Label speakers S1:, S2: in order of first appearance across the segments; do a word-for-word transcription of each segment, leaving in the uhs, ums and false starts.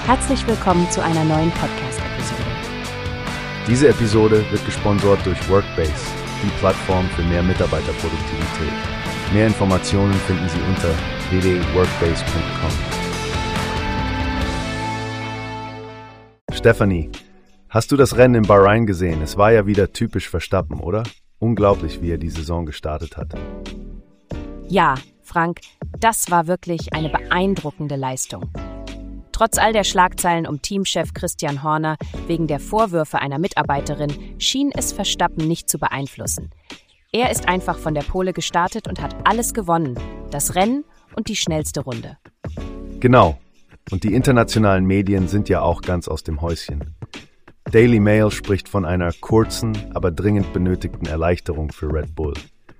S1: Herzlich willkommen zu einer neuen Podcast-Episode.
S2: Diese Episode wird gesponsert durch Workbase, die Plattform für mehr Mitarbeiterproduktivität. Mehr Informationen finden Sie unter w w w punkt workbase punkt com. Stefanie, hast du das Rennen in Bahrain gesehen? Es war ja wieder typisch Verstappen, oder? Unglaublich, wie er die Saison gestartet hat.
S1: Ja, Frank, das war wirklich eine beeindruckende Leistung. Trotz all der Schlagzeilen um Teamchef Christian Horner wegen der Vorwürfe einer Mitarbeiterin schien es Verstappen nicht zu beeinflussen. Er ist einfach von der Pole gestartet und hat alles gewonnen, das Rennen und die schnellste Runde.
S2: Genau, und die internationalen Medien sind ja auch ganz aus dem Häuschen. Daily Mail spricht von einer kurzen, aber dringend benötigten Erleichterung für Red Bull.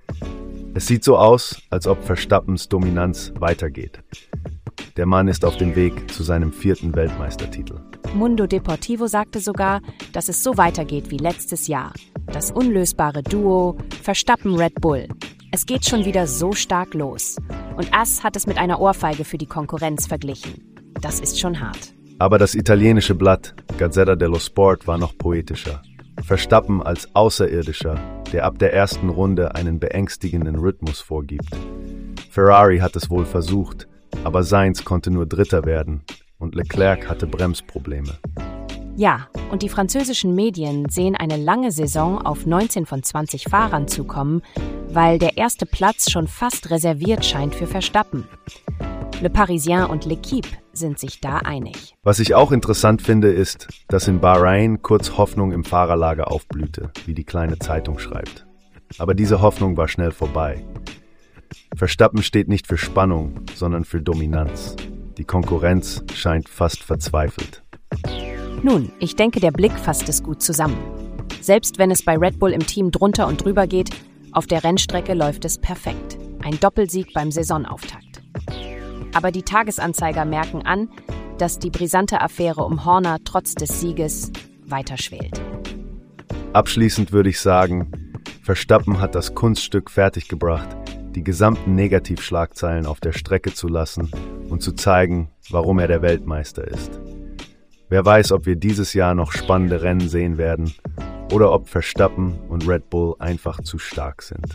S2: Es sieht so aus, als ob Verstappens Dominanz weitergeht. Der Mann ist auf dem Weg zu seinem vierten Weltmeistertitel.
S1: Mundo Deportivo sagte sogar, dass es so weitergeht wie letztes Jahr. Das unlösbare Duo Verstappen-Red Bull. Es geht schon wieder so stark los. Und As hat es mit einer Ohrfeige für die Konkurrenz verglichen. Das ist schon hart.
S2: Aber das italienische Blatt Gazzetta dello Sport war noch poetischer. Verstappen als Außerirdischer, der ab der ersten Runde einen beängstigenden Rhythmus vorgibt. Ferrari hat es wohl versucht, aber Sainz konnte nur Dritter werden und Leclerc hatte Bremsprobleme.
S1: Ja, und die französischen Medien sehen eine lange Saison auf neunzehn von zwanzig Fahrern zukommen, weil der erste Platz schon fast reserviert scheint für Verstappen. Le Parisien und L'Équipe sind sich da einig.
S2: Was ich auch interessant finde, ist, dass in Bahrain kurz Hoffnung im Fahrerlager aufblühte, wie die kleine Zeitung schreibt. Aber diese Hoffnung war schnell vorbei. Verstappen steht nicht für Spannung, sondern für Dominanz. Die Konkurrenz scheint fast verzweifelt.
S1: Nun, ich denke, der Blick fasst es gut zusammen. Selbst wenn es bei Red Bull im Team drunter und drüber geht, auf der Rennstrecke läuft es perfekt. Ein Doppelsieg beim Saisonauftakt. Aber die Tagesanzeiger merken an, dass die brisante Affäre um Horner trotz des Sieges weiterschwelt.
S2: Abschließend würde ich sagen, Verstappen hat das Kunststück fertiggebracht, die gesamten Negativschlagzeilen auf der Strecke zu lassen und zu zeigen, warum er der Weltmeister ist. Wer weiß, ob wir dieses Jahr noch spannende Rennen sehen werden oder ob Verstappen und Red Bull einfach zu stark sind.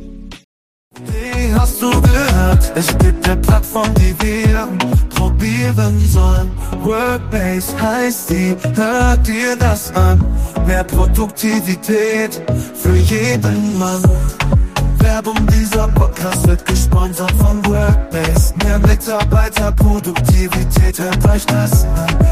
S3: Wie hast du gehört? Es gibt eine Plattform, die wir probieren sollen. Workbase heißt die, hört dir das an. Mehr Produktivität für jeden Mann. Werbung, dieser Podcast wird gesponsert von Workbase. Mehr Mitarbeiterproduktivität, hört euch das an.